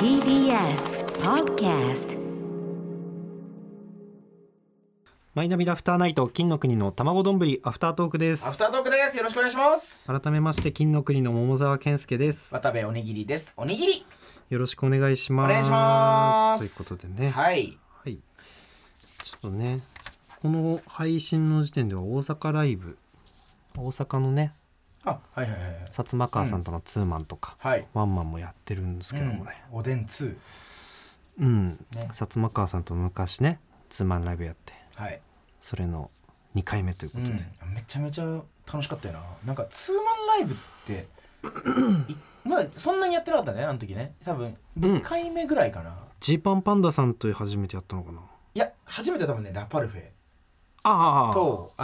TBS Podcast。 マイナビラフターナイト金の国の卵丼アフタートークです。 アフタートークです。よろしくお願いします。 改めまして金の国の桃沢健介です。 渡部おにぎりです。おにぎりよろしくお願いします。 お願いします。 ということでね、 はい、 はい、ちょっとねこの配信の時点では大阪ライブ、大阪のねはいはいはい、 薩摩川さんとのツーマンとか、 はい、 ワンマンもやってるんですけどもね、 おでん2、 ね、薩摩川さんと昔ねツーマンライブやって、 はい、 それの2回目ということで、 めちゃめちゃ楽しかったよな。なんかツーマンライブってまだそんなにやってなかったね、あの時ね。多分2回目ぐらいかな。 ジーパンパンダさんと初めてやったのかな。 いや初めて多分ねラパルフェと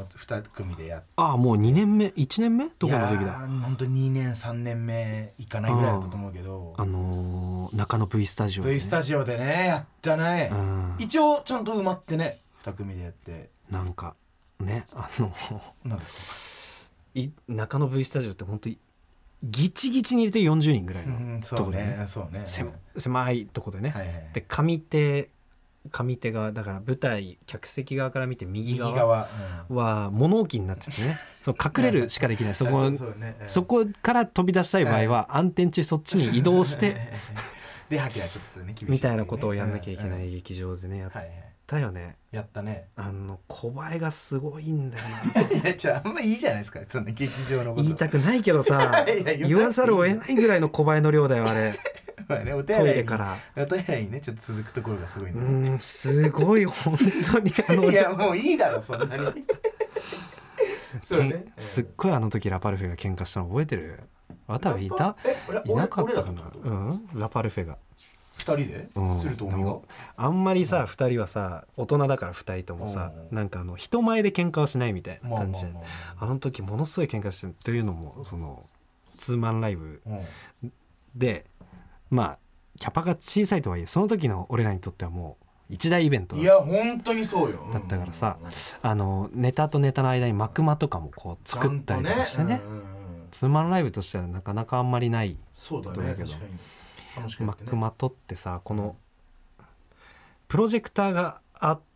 2組でやって、 もう2年目1年目どこの時だ。 本当2年3年目いかないぐらいだったと思うけど、 中野 V スタジオでね、 V スタジオでねやったね、一応ちゃんと埋まってね2組でやって、 なんかねなんですか中野 V スタジオって本当にギチギチに入れて40人ぐらいのところでね、 そうね、 狭いとこでね、 はいはい、 で上手側だから舞台客席側から見て右側は物置になっててね、その隠れるしかできないそこから飛び出したい場合は暗転中そっちに移動してではけはちょっとね厳しいねみたいなことをやんなきゃいけない劇場でねやったよね。 やったね。 小映えがすごいんだよな。いやあんまいいじゃないですかそんな劇場のこと言いたくないけどさ言わざるを得ないぐらいの小映えの量だよあれ。 ね、トイレからお手洗いにねちょっと続くところがすごいね。 すごい本当にいやもういいだろそんなにそうね、 すっごい時ラパルフェが喧嘩したの覚えてる？渡部いなかったかな。ラパルフェが 2人で、鶴と鬼があんまりさ2人はさ大人だから2人ともさ、なんか人前で喧嘩はしないみたいな感じで、あの時ものすごい喧嘩してるというのもそのツーマンライブで、まあキャパが小さいとはいえその時の俺らにとってはもう一大イベントだったからさ、ネタとネタの間に幕間とかもこう作ったりとかしてね、ツーマンライブとしてはなかなかあんまりないことだけど、幕間取ってさ、このプロジェクターがあって、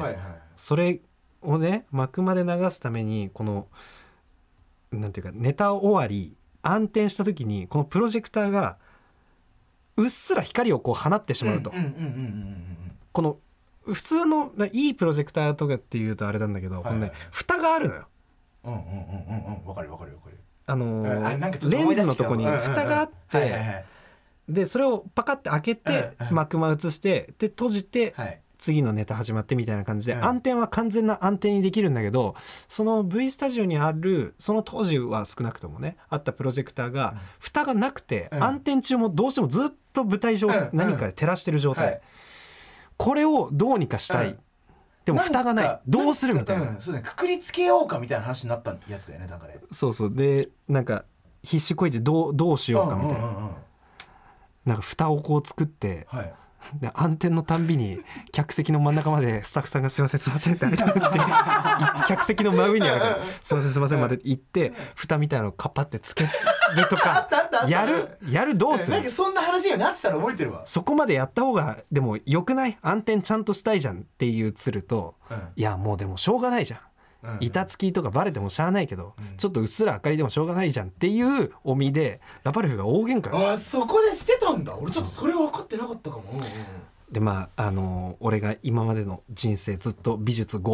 それをね幕間で流すためにこのなんていうかネタ終わり暗転した時にこのプロジェクターがうっすら光をこう放ってしまうと、この普通のいいプロジェクターとかっていうとあれなんだけど、このね蓋があるのよ。 わかるレンズのとこに蓋があってでそれをパカッて開けて幕間映してで閉じて次のネタ始まってみたいな感じで、暗転は完全な暗転にできるんだけど、その V スタジオにあるその当時は少なくともねあったプロジェクターが蓋がなくて、暗転中もどうしてもずっと舞台上何かで照らしてる状態、これをどうにかしたい、でも蓋がないどうするみたいな、 そうね、くくりつけようかみたいな話になったやつだよね。だからそうでなんか必死こいてどうしようかみたいな、なんか蓋をこう作って、で暗転のたんびに客席の真ん中までスタッフさんがすいませんって客席の真上にあるからすいませんまで行って蓋みたいなのをカッパってつけるとかやるどうする、 なんかそんな話になってたら覚えてるわ。 そこまでやった方がでもよくない？暗転ちゃんとしたいじゃんっていう鶴と、いやもうでもしょうがないじゃん、板付きとかバレてもしゃあないけど、ちょっとうっすら明かりでもしょうがないじゃんっていうおみでラパルフェが大喧嘩。 そこでしてたんだ。俺ちょっとそれ分かってなかったかも。 で俺が今までの人生ずっと美術成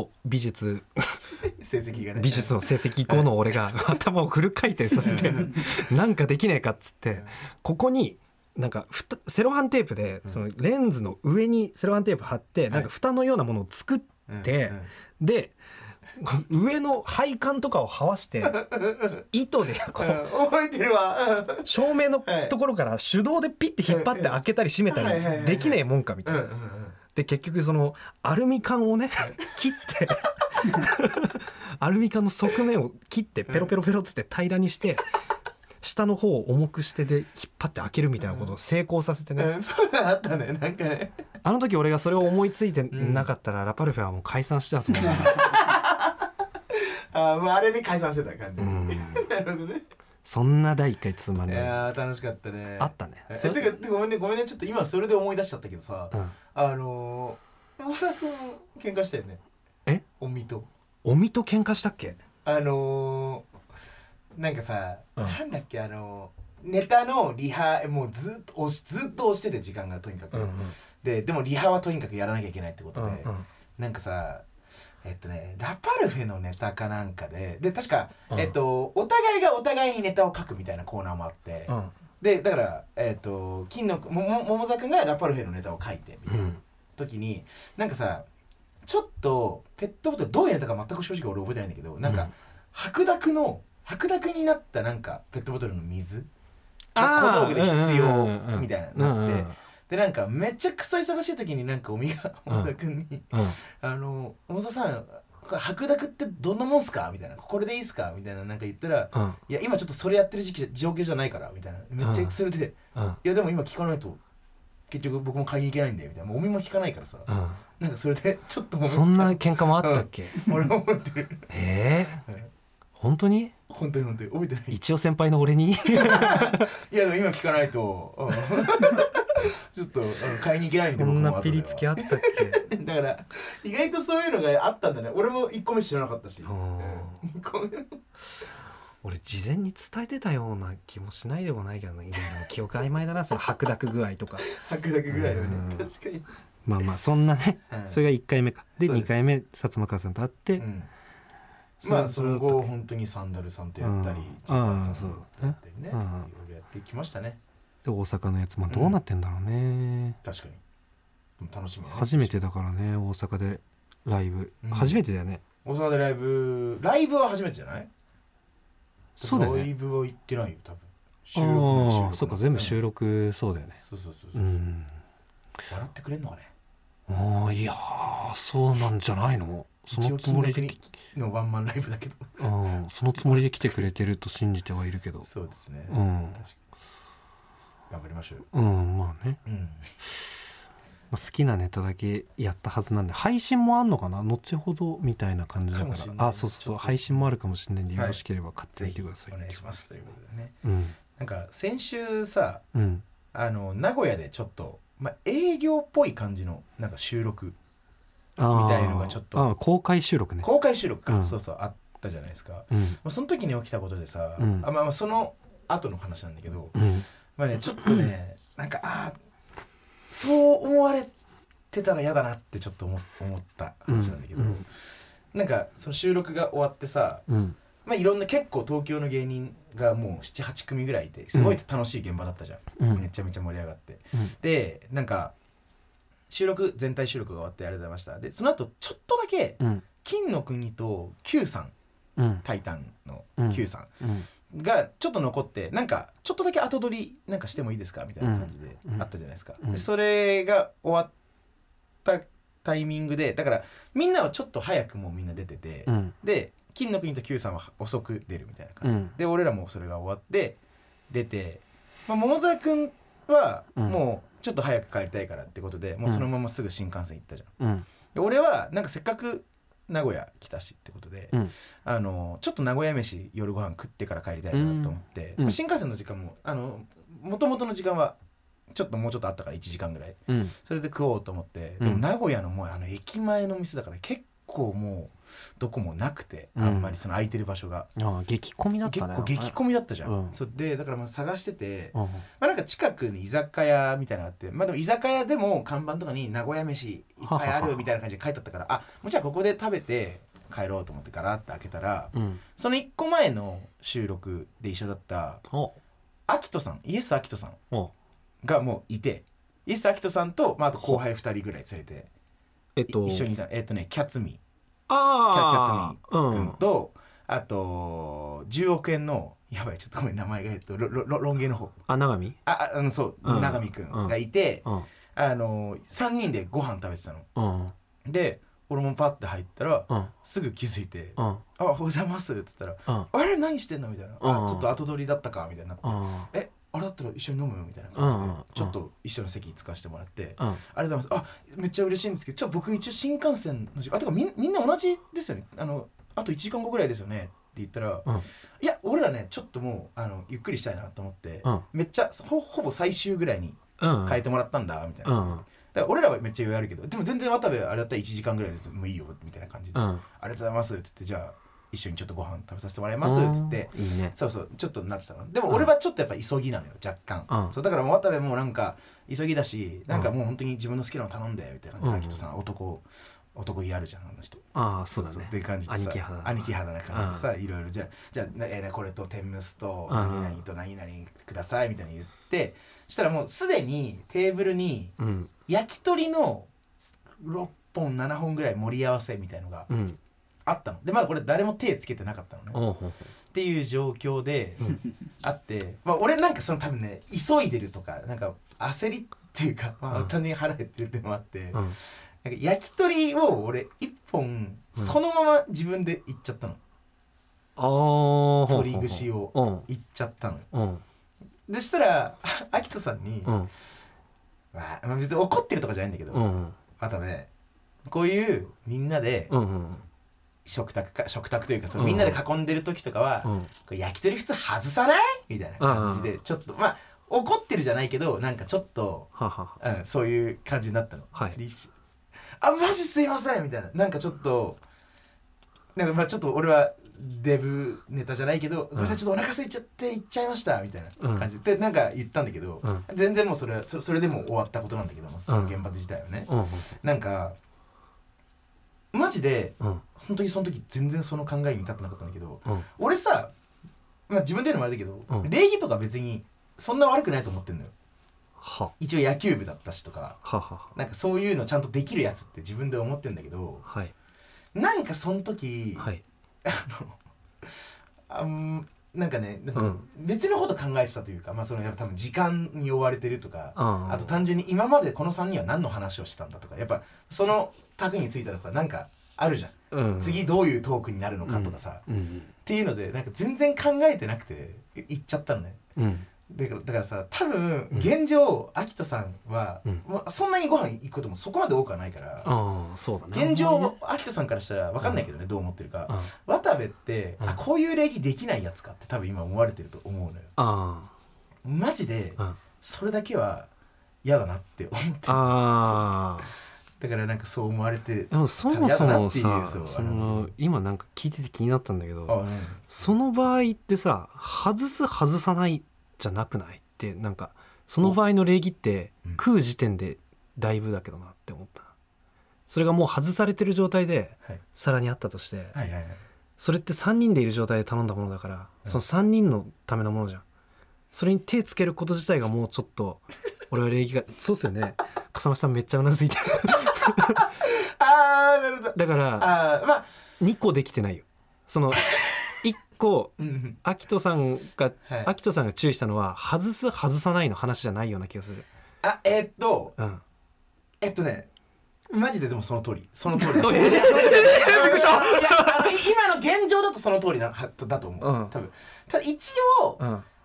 績がね、 美術の成績5の俺が頭をフル回転させてなんかできねえかっつってここになんかセロハンテープでそのレンズの上にセロハンテープ貼ってなんか蓋のようなものを作ってで上の配管とかをはわして糸でこう覚えてるわ照明のところから手動でピッて引っ張って開けたり閉めたりできねえもんかみたいな。で結局そのアルミ缶をね切ってアルミ缶の側面を切ってペロペロペロっつって平らにして下の方を重くしてで引っ張って開けるみたいなことを成功させてね、 そういうのあったね。なんかねあの時俺がそれを思いついてなかったら、ラパルフェはもう解散してたと思うあれで解散してた感じ、なるほどね。 そんな第1回ツーマンいライブやー楽しかったね。 あったね。 てかごめんねちょっと今それで思い出しちゃったけどさ、桃沢君喧嘩したよね。おみとおみと喧嘩したっけ？ なんかさ、なんだっけネタのリハもうずっと押してて時間がとにかく、でもリハはとにかくやらなきゃいけないってことで、なんかさラパルフェのネタかなんかで確か、お互いがお互いにネタを書くみたいなコーナーもあって、でだから金の桃沢君がラパルフェのネタを書いてみたいな時に、なんかさちょっとペットボトルどういうネタか全く正直俺覚えてないんだけど、なんか白濁になったなんかペットボトルの水小道具で必要みたいななって、でなんかめっちゃくそ忙しい時になんかおみが桃沢君に桃沢さん白濁ってどんなもんすかみたいな、これでいいっすかみたいななんか言ったら、いや今ちょっとそれやってる状況じゃないからみたいな、めっちゃそれで、いやでも今聞かないと結局僕も買いに行けないんでみたいな、もうおみも聞かないからさ、なんかそれでちょっとそんな喧嘩もあったっけ？ 俺は覚えてる。 本当に覚えてない。 一応先輩の俺にいやでも今聞かないとちょっと買いに行けないんで。 そんなピリつきあったっけ？ だから意外とそういうのがあったんだね。俺も1個目知らなかったし、2個目俺事前に伝えてたような気もしないでもないけどね。記憶曖昧だなその白濁具合とか白濁具合はね、確かに。 まあそんなね、それが1回目かで、2回目薩摩川さんと会って、 まあその後本当にサンダルさんとやったりチーパーさんとやったりね、いろいろやってきましたね。 で大阪のやつもどうなってんだろうね。 確かに楽しみね。 初めてだからね大阪でライブ、初めてだよね。 大阪でライブは初めてじゃない？そうだよね。ライブは行ってないよ多分。収録そうか全部収録。そうだよね。 そう笑ってくれんのかね。 いやそうなんじゃないの。そのつもりでのワンマンライブだけどそのつもりで来てくれてると信じてはいるけど。 そうですね。頑張りましょう。まあね、好きなネタだけやったはずなんで、配信もあんのかな後ほどみたいな感じだから、そう配信もあるかもしれないんで、よろしければ買ってみてください。 お願いしますということでね。なんか先週さ、名古屋でちょっと営業っぽい感じのなんか収録みたいのがちょっと公開収録ね。 公開収録か、そうあったじゃないですか。その時に起きたことでさ、その後の話なんだけど、ちょっとねなんかそう思われてたら嫌だなってちょっと思った話なんだけど、なんかその収録が終わってさ、いろんな結構東京の芸人がもう 7,8 組ぐらいいてすごい楽しい現場だったじゃん、めちゃめちゃ盛り上がって、でなんか全体収録が終わってありがとうございました。でその後ちょっとだけ、金の国と Q さん、タイタンの Q さんがちょっと残って、なんかちょっとだけ後撮りなんかしてもいいですかみたいな感じであったじゃないですか。でそれが終わったタイミングで、だからみんなはちょっと早くもうみんな出てて、で金の国と Q さんは遅く出るみたいな感じ、で俺らもそれが終わって出て、桃沢くんはもうちょっと早く帰りたいからってことで、もうそのまますぐ新幹線行ったじゃん、で俺はなんかせっかく名古屋来たしってことで、ちょっと名古屋飯夜ご飯食ってから帰りたいなと思って、新幹線の時間ももともとの時間はもうちょっとあったから1時間ぐらい、それで食おうと思って、でも名古屋のもう駅前の店だから結構もうどこもなくて、あんまりその空いてる場所が、 激混みだったね。 結構激混みだったじゃん、そうでだから探してて、なんか近くに居酒屋みたいなのがあって、でも居酒屋でも看板とかに名古屋飯いっぱいあるみたいな感じで書いてあったから、もうじゃあここで食べて帰ろうと思ってガラッて開けたら、その1個前の収録で一緒だったアキトさん、イエス・アキトさんがもういて、イエス・アキトさんと、あと後輩2人ぐらい連れて、一緒にいたキャツミキャツミ君と、あと10億円のやばいちょっとごめん名前がロン毛の方、 永見そう、永見君がいて、3人でご飯食べてたの、で俺もパッて入ったら、すぐ気づいて「おはようございます」っつったら「あれ何してんの?」みたいな「ちょっと後取りだったか」みたいになって「あれだったら一緒に飲む?」みたいな感じで、ちょっと一緒の席つかせてもらって「ありがとうございます。めっちゃ嬉しいんですけど、僕一応新幹線の時間、てかみんな同じですよね、あと1時間後ぐらいですよね」って言ったら、 うん、 いや俺らねちょっともうゆっくりしたいなと思って、 うん、 めっちゃほぼ最終ぐらいに変えてもらったんだみたいな感じで、 うん、 だから俺らはめっちゃ余裕あるけど、でも全然渡部あれだったら1時間ぐらいでもういいよみたいな感じで、 うん、 ありがとうございますっつって、じゃあ一緒にちょっとご飯食べさせてもらいますっつって、 いいね、 そうそうちょっとなってたの。でも俺はちょっとやっぱ急ぎなのよ若干、 うん、 そうだからもう渡部もなんか急ぎだし、なんかもう本当に自分の好きなの頼んでみたいな感じで、秋人さん男気あるじゃんあの人。 ああそうだね、 そうっていう感じでさ兄貴肌な感じでさ、いろいろじゃあ、これと天むすと何々と何々くださいみたいに言って、そしたらもうすでにテーブルに焼き鳥の6本7本ぐらい盛り合わせみたいのがあったので、まだこれ誰も手つけてなかったのね、っていう状況であって、まあ、俺なんかその多分ね急いでるとかなんか焦りっていうか、まあ、単純に腹減ってるってのもあって、なんか焼き鳥を俺1本そのまま自分でいっちゃったの、鶏串をいっちゃったの、でしたら秋人さんに、まあ、別に怒ってるとかじゃないんだけど、渡部こういうみんなで、食卓というかそのみんなで囲んでる時とかは、これ焼き鳥普通外さないみたいな感じで、ちょっとまあ怒ってるじゃないけどなんかちょっとそういう感じになったの、あマジすいませんみたいな、なんかちょっとなんかまあちょっと俺はデブネタじゃないけど、ごめんなさいちょっとお腹空いちゃって行っちゃいましたみたいな感じで、なんか言ったんだけど、全然もうそれでも終わったことなんだけども、その現場自体はね、なんかマジで、本当にその時全然その考えに至ってなかったんだけど、俺さ、まあ、自分で言うのもあれだけど、礼儀とか別にそんな悪くないと思ってんのよ。一応野球部だったしとか、なんかそういうのちゃんとできるやつって自分で思ってんだけど、なんかその時、なんかね、別のこと考えてたというか、まあ、そのやっぱ多分時間に追われてるとか、あと単純に今までこの3人は何の話をしてたんだとか、やっぱその卓についたらさなんかあるじゃん、次どういうトークになるのかとかさ、っていうのでなんか全然考えてなくて言っちゃったのね、だからさ多分現状秋人さんは、そんなにご飯行くこともそこまで多くはないから、現状秋人さんからしたら分かんないけどね、どう思ってるか、渡部って、こういう礼儀できないやつかって多分今思われてると思うのよ。マジで、それだけは嫌だなって思ってる。だからなんかそう思われてでもそもそもさ、今なんか聞いてて気になったんだけど、その場合ってさ外す外さないじゃなくないって、なんかその場合の礼儀って食う時点でだいぶだけどなって思った。それがもう外されてる状態で皿にあったとして、それって3人でいる状態で頼んだものだから、その3人のためのものじゃん。それに手つけること自体がもうちょっと俺は礼儀がそうっすよね。笠間さんめっちゃうなずいてるなるほど。 だから2個できてないよ。その1個秋人さんが注意したのは外す外さないの話じゃないような気がする。 マジででもその通りびっくりした今の現状だとその通りだと思う、多分。ただ一応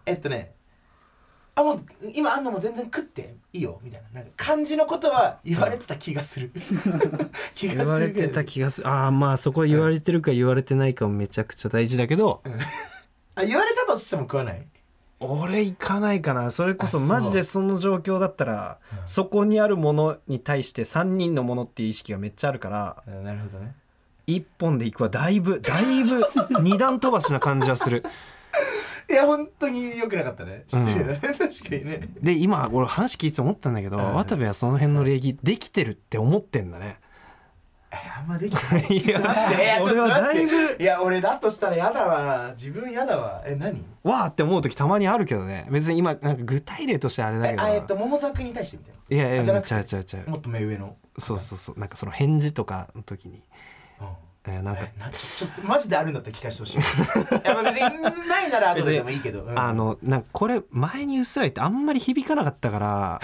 もう今あんのも全然食っていいよみたい なんか感じのことは言われてた気がする言われてた気がする。まあそこは言われてるか言われてないかもめちゃくちゃ大事だけど、 言われたとしても食わない。 俺行かないかな。それこそマジでその状況だったら、そこにあるものに対して3人のものっていう意識がめっちゃあるから、 なるほどね、 1本で行くはだいぶ二段飛ばしな感じはするいや本当に良くなかったね、失礼だね、確かにね。 で今俺話聞いて思ったんだけど、渡部はその辺の礼儀できてるって思ってんだね。 あんまできてない。ちょっと待って、俺はだいぶ、いや俺だとしたらやだわ、自分やだわ。何わーって思う時たまにあるけどね。別に今なんか具体例としてあれだけど、 桃沢君に対してみたいな。 いやじゃなくて違うもっと目上の。 そうなんかその返事とかの時に、なんかちょっとマジであるんだったら聞かせてほしい。いや別にないなら後でもいいけど、 なんかこれ前にうっすら言ってあんまり響かなかったから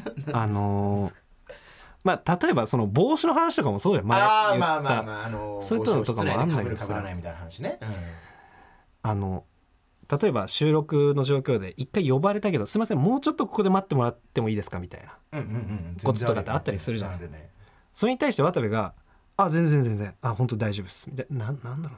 まあ例えばその帽子の話とかもそうだよ。前言ったそういうのとかもあんだけどさ、例えば収録の状況で一回呼ばれたけど、すいませんもうちょっとここで待ってもらってもいいですかみたいなこととかってあったりするじゃん。それに対して渡部が全然本当大丈夫ですみたいな、なんだろうな、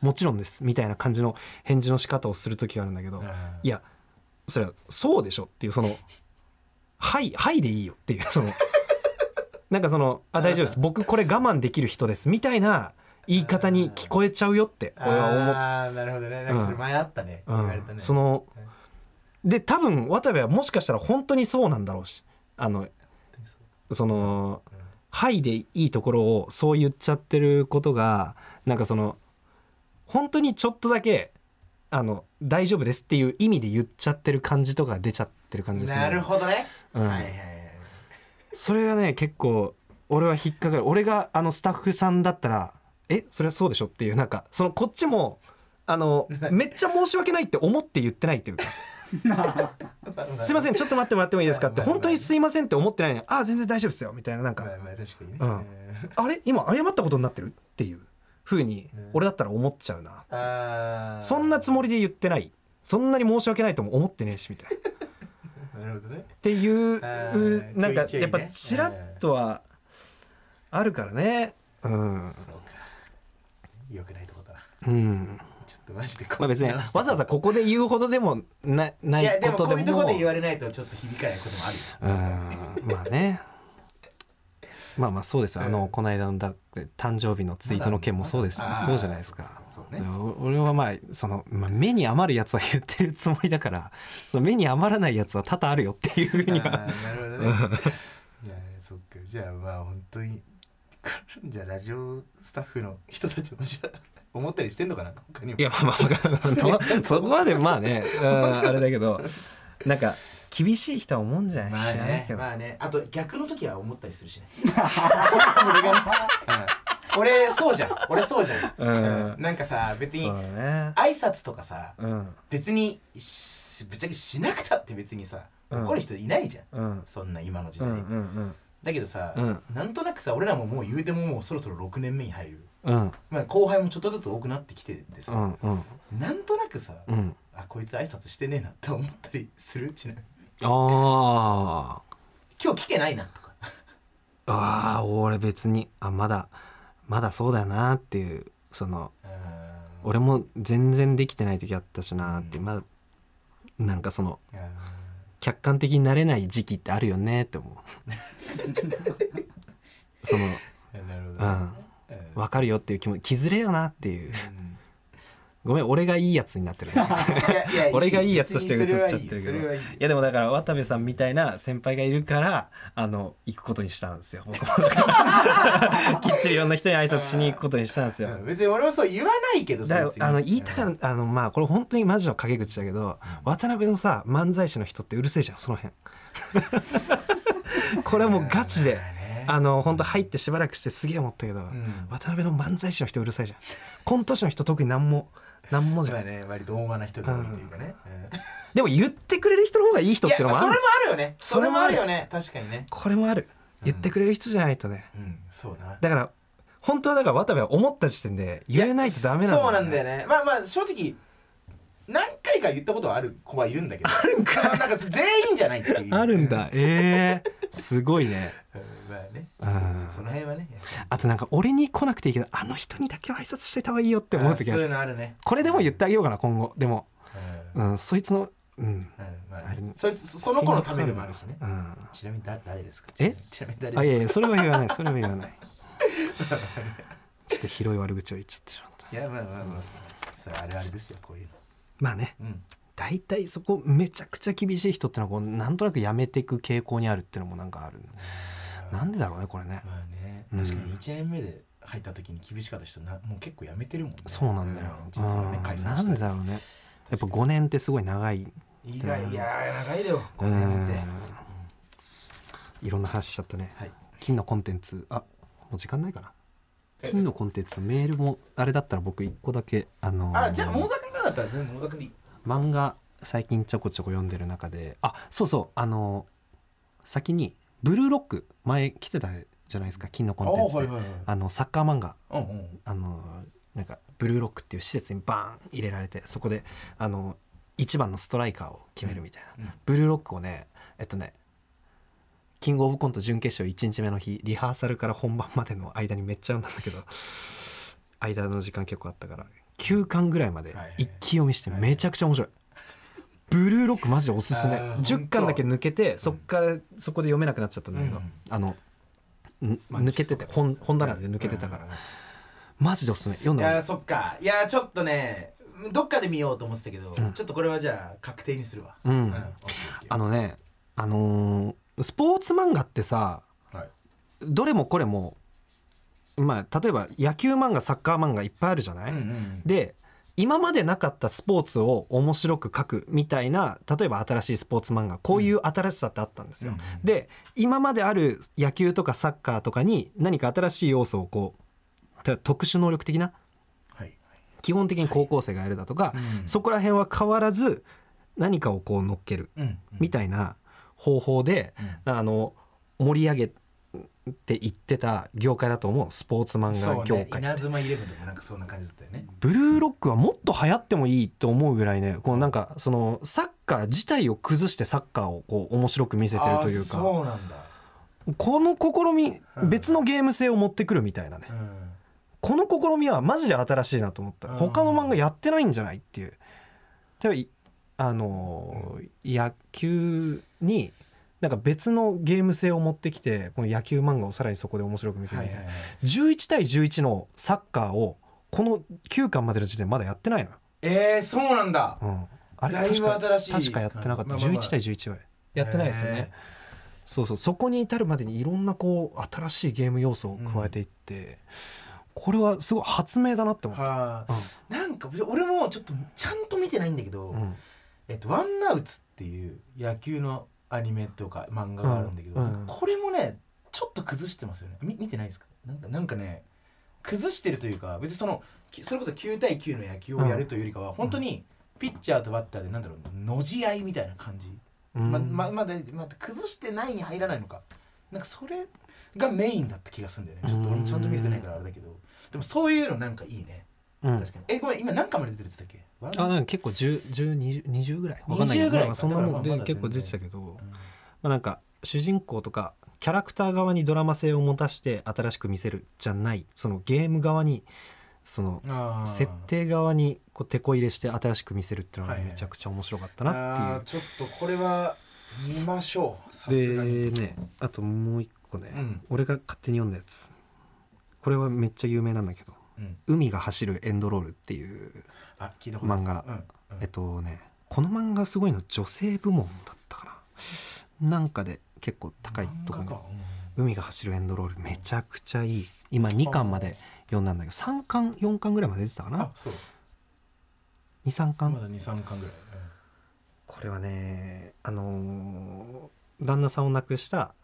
もちろんですみたいな感じの返事の仕方をする時があるんだけど、いやそれはそうでしょっていう、そのはいでいいよっていう、そのなんかその大丈夫です僕これ我慢できる人ですみたいな言い方に聞こえちゃうよって俺は思っああなるほどね、なんかそれ前あったね、言われたね。 そので多分渡部はもしかしたら本当にそうなんだろうし、そのはいでいいところをそう言っちゃってることがなんかその本当にちょっとだけ大丈夫ですっていう意味で言っちゃってる感じとか出ちゃってる感じですね。 なるほどね、はいはいはい。 それがね結構俺は引っかかる。俺がスタッフさんだったらそれはそうでしょっていう、なんかそのこっちもめっちゃ申し訳ないって思って言ってないっていうかすいませんちょっと待ってもらってもいいですかって本当にすいませんって思ってないのに全然大丈夫ですよみたいな、なんか、 確かにね、 あれ今謝ったことになってるっていう風に俺だったら思っちゃうな、そんなつもりで言ってない、そんなに申し訳ないとも思ってねえしみたいななるほどねっていうなんかやっぱチラッとはあるからね。そうか、 良くないとこだな。ちょっとマジで別にわざわざここで言うほどでもないことでも、いやでもこういうとこで言われないとちょっと響かないこともあるよ。 まあねまあそうです。この間の誕生日のツイートの件もそうです、そうじゃないですか。俺は目に余るやつは言ってるつもりだから、その目に余らないやつは多々あるよっていうふうには。 なるほどね。いやそっか、じゃあ本当にじゃあラジオスタッフの人たちもじゃあ思ったりしてんのかな、他にも。いやそこまであれだけどなんか厳しい人は思うんじゃない、知らないけど。 あと逆の時は思ったりするしね俺がね、俺そうじゃん、なんかさ別に挨拶とかさ、別にぶっちゃけしなくたって別にさ怒る人いないじゃん、そんな今の時代、だけどさ、なんとなくさ俺らももう言うてももうそろそろ6年目に入る、後輩もちょっとずつ多くなってきててさ、なんとなくさ、こいつ挨拶してねえなって思ったりする。ちなみに今日来てないなとか俺別にまだそうだよなっていう、俺も全然できてない時あったしなって、なんか客観的になれない時期ってあるよねって思う分かるよっていう気も気づれよなっていう、ごめん俺がいいやつになってる俺がいいやつとして映っちゃってるけど、いやでもだから渡部さんみたいな先輩がいるから行くことにしたんですよ僕もきっちりいろんな人に挨拶しに行くことにしたんですよ。 別に俺もそう言わないけど言いたかこれ本当にマジの陰口だけど、渡辺のさ漫才師の人ってうるせえじゃんその辺これはもうガチで本当入ってしばらくしてすげえ思ったけど、渡辺の漫才師の人うるさいじゃん。コント師の人特に何もじゃん。 割と大間な人が多いというかね、 でも言ってくれる人の方がいい人ってのもある。 それもあるよね。それもあるよね。確かにね。 これもある。言ってくれる人じゃないとね。 そうだな。 だから本当はだから渡部は思った時点で言えないとダメなんだよね。 そうなんだよね。正直何回か言ったことはある子はいるんだけど、 あるんかなんか全員じゃないっていう。 あるんだ。すごいね。 その辺はね。 あとなんか俺に来なくていいけど人にだけは挨拶してた方がいいよって思う時はそういうのあるね。 これでも言ってあげようかな今後。でもそいつのその子のためでもあるしね。ちなみに誰ですか。ちなみに誰ですか。 いやそれは言わないそれは言わないちょっと広い悪口を言っちゃってしまった。 いやそれあれですよこういうの。大体そこめちゃくちゃ厳しい人ってのはなんとなくやめていく傾向にあるっていうのもなんかある。なんでだろうねこれね。 確かに1年目で入った時に厳しかった人もう結構やめてるもんね。 そうなんだよ。 実はね解散した。 なんでだろうね。やっぱ5年ってすごい長い。 いや長いよ5年って。 いろんな話しちゃったね。金のコンテンツもう時間ないかな。金のコンテンツメールもあれだったら僕1個だけじゃあモーザクだったら全然モーザクでいい。 漫画最近ちょこちょこ読んでる中でそう先にブルーロック前来てたじゃないですか金のコンテンツでサッカー漫画なんかブルーロックっていう施設にバーン入れられてそこで一番のストライカーを決めるみたいな、ブルーロックをねキングオブコント準決勝1日目の日リハーサルから本番までの間にめっちゃ読んだんだけど間の時間結構あったから 9巻ぐらいまで一気読みしてめちゃくちゃ面白い。ブルーロックマジでおすすめ。10巻だけ抜けてそこで読めなくなっちゃったんだけど、抜けてて本棚で抜けてたからマジでおすすめ。読んだ。 いやそっか。いやちょっとねどっかで見ようと思ってたけど、ちょっとこれはじゃあ確定にするわ。 スポーツ漫画ってさ、どれもこれもまあ例えば野球漫画サッカー漫画いっぱいあるじゃない、で今までなかったスポーツを面白く描くみたいな、例えば新しいスポーツ漫画こういう新しさってあったんですよ。で今まである野球とかサッカーとかに何か新しい要素をこう特殊能力的な、基本的に高校生がやるだとか、そこら辺は変わらず何かをこう乗っけるみたいな方法で、盛り上げって言ってた業界だと思う、スポーツ漫画業界。 稲妻イレブンとかなんかそんな感じだったよね。 ブルーロックはもっと流行ってもいいと思うぐらいね、こうなんかそのサッカー自体を崩してサッカーをこう面白く見せてるというか、 そうなんだ。 この試み、別のゲーム性を持ってくるみたいなね、この試みはマジで新しいなと思った。他の漫画やってないんじゃないっていう。例えば野球になんか別のゲーム性を持ってきて、この野球漫画をさらにそこで面白く見せるみたいな、11対11のサッカーをこの9巻までの時点でまだやってないのよ。 そうなんだ、 あれ確かやってなかった。11対11はやってないですよね。そうそう、そこに至るまでにいろんなこう新しいゲーム要素を加えていって、これはすごい発明だなって思った。 なんか俺もちょっとちゃんと見てないんだけど、ワンナウツっていう野球のアニメとか漫画があるんだけど、これもねちょっと崩してますよね。見てないですか？なんかね崩してるというか、別にそれこそ9対9の野球をやるというよりかは、本当にピッチャーとバッターでなんだろう、のじ合いみたいな感じ。まだ崩してないに入らないのか、なんかそれがメインだった気がするんだよね。ちょっと俺もちゃんと見れてないからあれだけど、でもそういうのなんかいいね。確かに。ごめん、今何巻まで出てるって言ったっけ？ なんか結構20ぐらい分かんないけど、そんなもんで結構出てたけど、なんか主人公とかキャラクター側にドラマ性を持たして新しく見せるじゃない、そのゲーム側に、その設定側にこう手こ入れして新しく見せるっていうのがめちゃくちゃ面白かったなっていう。 ちょっとこれは見ましょう。さすがに。 でね、あともう一個ね、俺が勝手に読んだやつ、これはめっちゃ有名なんだけど、海が走るエンドロールっていう漫画。この漫画すごいの女性部門だったかな、なんかで結構高いところに、海が走るエンドロールめちゃくちゃいい。今2巻まで読んだんだけど、3巻4巻ぐらいまで出てたかな。 そう 2,3 巻まだ 2,3 巻ぐらい、 これはね、旦那さんを亡くした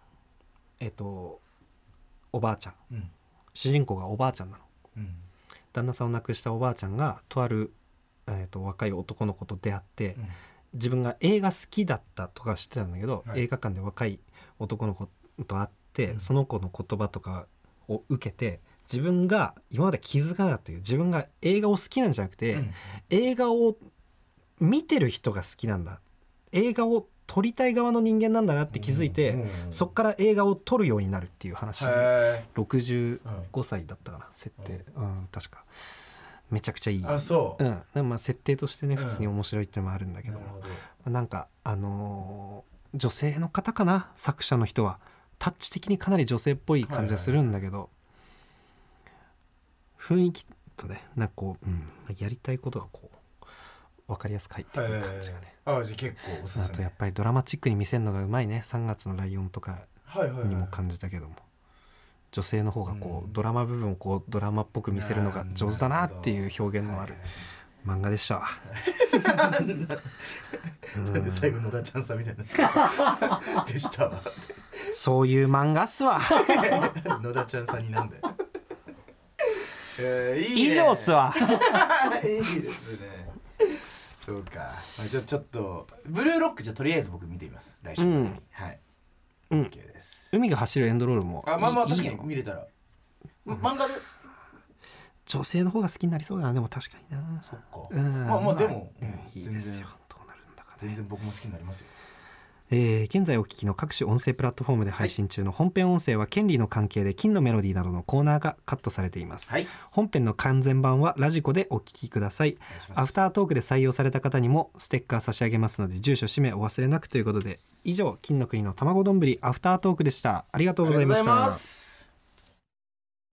おばあちゃん、主人公がおばあちゃんなの。旦那さんを亡くしたおばあちゃんがとある、若い男の子と出会って、自分が映画好きだったとか知ってたんだけど、映画館で若い男の子と会って、その子の言葉とかを受けて、自分が今まで気づかなかったという、自分が映画を好きなんじゃなくて、映画を見てる人が好きなんだ、映画を撮りたい側の人間なんだなって気づいて、そっから映画を撮るようになるっていう話。65歳だったかな設定、確か。めちゃくちゃいい。設定としてね普通に面白いっていうのもあるんだけども、なんか女性の方かな、作者の人は。タッチ的にかなり女性っぽい感じがするんだけど、雰囲気とね、なんかこう、やりたいことがこう分かりやすく入ってくる感じがね。 じゃあ結構おすすめ。 あとやっぱりドラマチックに見せるのがうまいね。3月のライオンとかにも感じたけども、女性の方がこうドラマ部分をこうドラマっぽく見せるのが上手だなっていう表現のある漫画でした。 なんで最後野田ちゃんさんみたいなでしたわ。 そういう漫画っすわ。 野田ちゃんさんになんだよ。いいね、 以上っすわ。 いいですね。そうか。じゃあちょっとブルーロックじゃとりあえず僕見てみます。来週に。はい。OK です。 海が走るエンドロールも確かに見れたら。漫画で女性の方が好きになりそうだな。でも確かにな。 そっか。まあでもいいですよ。どうなるんだかね。 全然僕も好きになりますよ。 現在お聞きの各種音声プラットフォームで配信中の本編音声は権利の関係で金のメロディーなどのコーナーがカットされています、はい、本編の完全版はラジコでお聞きください。アフタートークで採用された方にもステッカー差し上げますので住所氏名お忘れなくということで、以上金の国の卵丼アフタートークでした。ありがとうございました。